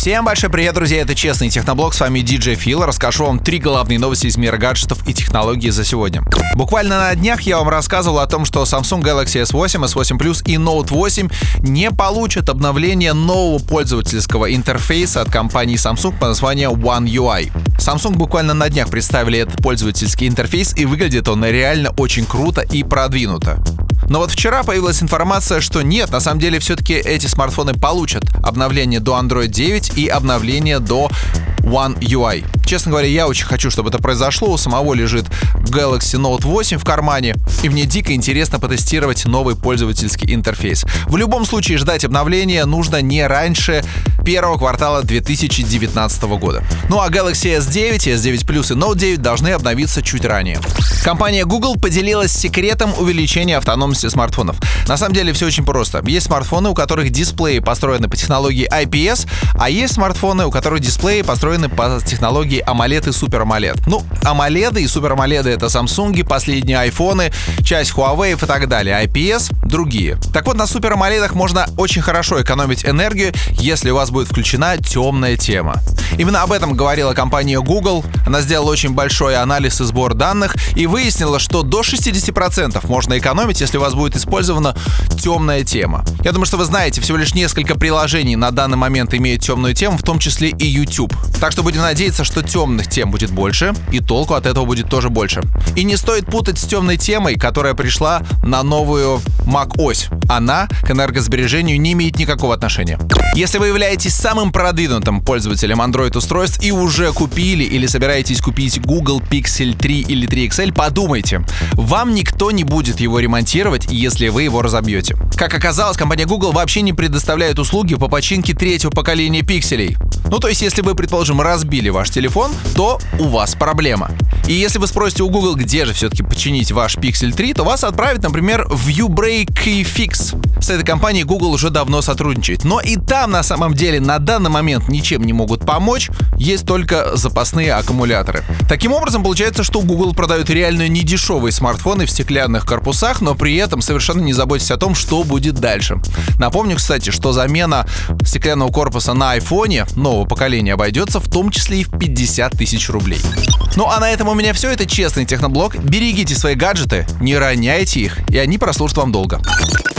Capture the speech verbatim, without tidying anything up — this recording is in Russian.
Всем большой привет, друзья, это Честный Техноблог, с вами диджей Фил. Расскажу вам три главные новости из мира гаджетов и технологий за сегодня. Буквально на днях я вам рассказывал о том, что Samsung Galaxy эс восемь, эс восемь плюс и Note восемь не получат обновление нового пользовательского интерфейса от компании Samsung по названию One ю ай. Samsung буквально на днях представили этот пользовательский интерфейс, и выглядит он реально очень круто и продвинуто. Но вот вчера появилась информация, что нет, на самом деле все-таки эти смартфоны получат обновление до Android девять и обновление до One ю ай. Честно говоря, я очень хочу, чтобы это произошло. У самого лежит Galaxy Note восемь в кармане, и мне дико интересно потестировать новый пользовательский интерфейс. В любом случае, ждать обновления нужно не раньше первого квартала две тысячи девятнадцатого года. Ну а Galaxy эс девять, эс девять плюс и Note девять должны обновиться чуть ранее. Компания Google поделилась секретом увеличения автономности смартфонов. На самом деле все очень просто. Есть смартфоны, у которых дисплеи построены по технологии ай пи эс, а есть смартфоны, у которых дисплеи построены по технологии AMOLED и Super AMOLED. Ну, AMOLED и Super AMOLED — это Samsung, последние айфоны, часть Huawei и так далее. ай пи эс — другие. Так вот, на Super AMOLED можно очень хорошо экономить энергию, если у вас будет включена темная тема. Именно об этом говорила компания Google. Она сделала очень большой анализ и сбор данных и выяснила, что до шестьдесят процентов можно экономить, если у вас будет использована темная тема. Я думаю, что вы знаете, всего лишь несколько приложений на данный момент имеют темную тему, в том числе и YouTube. Так что будем надеяться, что темных тем будет больше, и толку от этого будет тоже больше. И не стоит путать с темной темой, которая пришла на новую macOS. Она к энергосбережению не имеет никакого отношения. Если вы являетесь самым продвинутым пользователем Android-устройств и уже купили или собираетесь купить Google Pixel три или три икс эль, подумайте, вам никто не будет его ремонтировать, если вы его разобьете. Как оказалось, компания Google вообще не предоставляет услуги по починке третьего поколения пикселей. Ну, то есть, если вы, предположим, разбили ваш телефон, то у вас проблема. И если вы спросите у Google, где же все-таки починить ваш Pixel три, то вас отправят, например, в Ubreak Fix. С этой компанией Google уже давно сотрудничает. Но и там, на самом деле, на данный момент ничем не могут помочь, есть только запасные аккумуляторы. Таким образом, получается, что Google продает реально недешевые смартфоны в стеклянных корпусах, но при этом совершенно не заботясь о том, что будет дальше. Напомню, кстати, что замена стеклянного корпуса на айфоне нового поколения обойдется в том числе и в пятьдесят тысяч рублей. Ну а на этом у меня все. Это Честный Техноблог. Берегите свои гаджеты, не роняйте их, и они прослужат вам долго.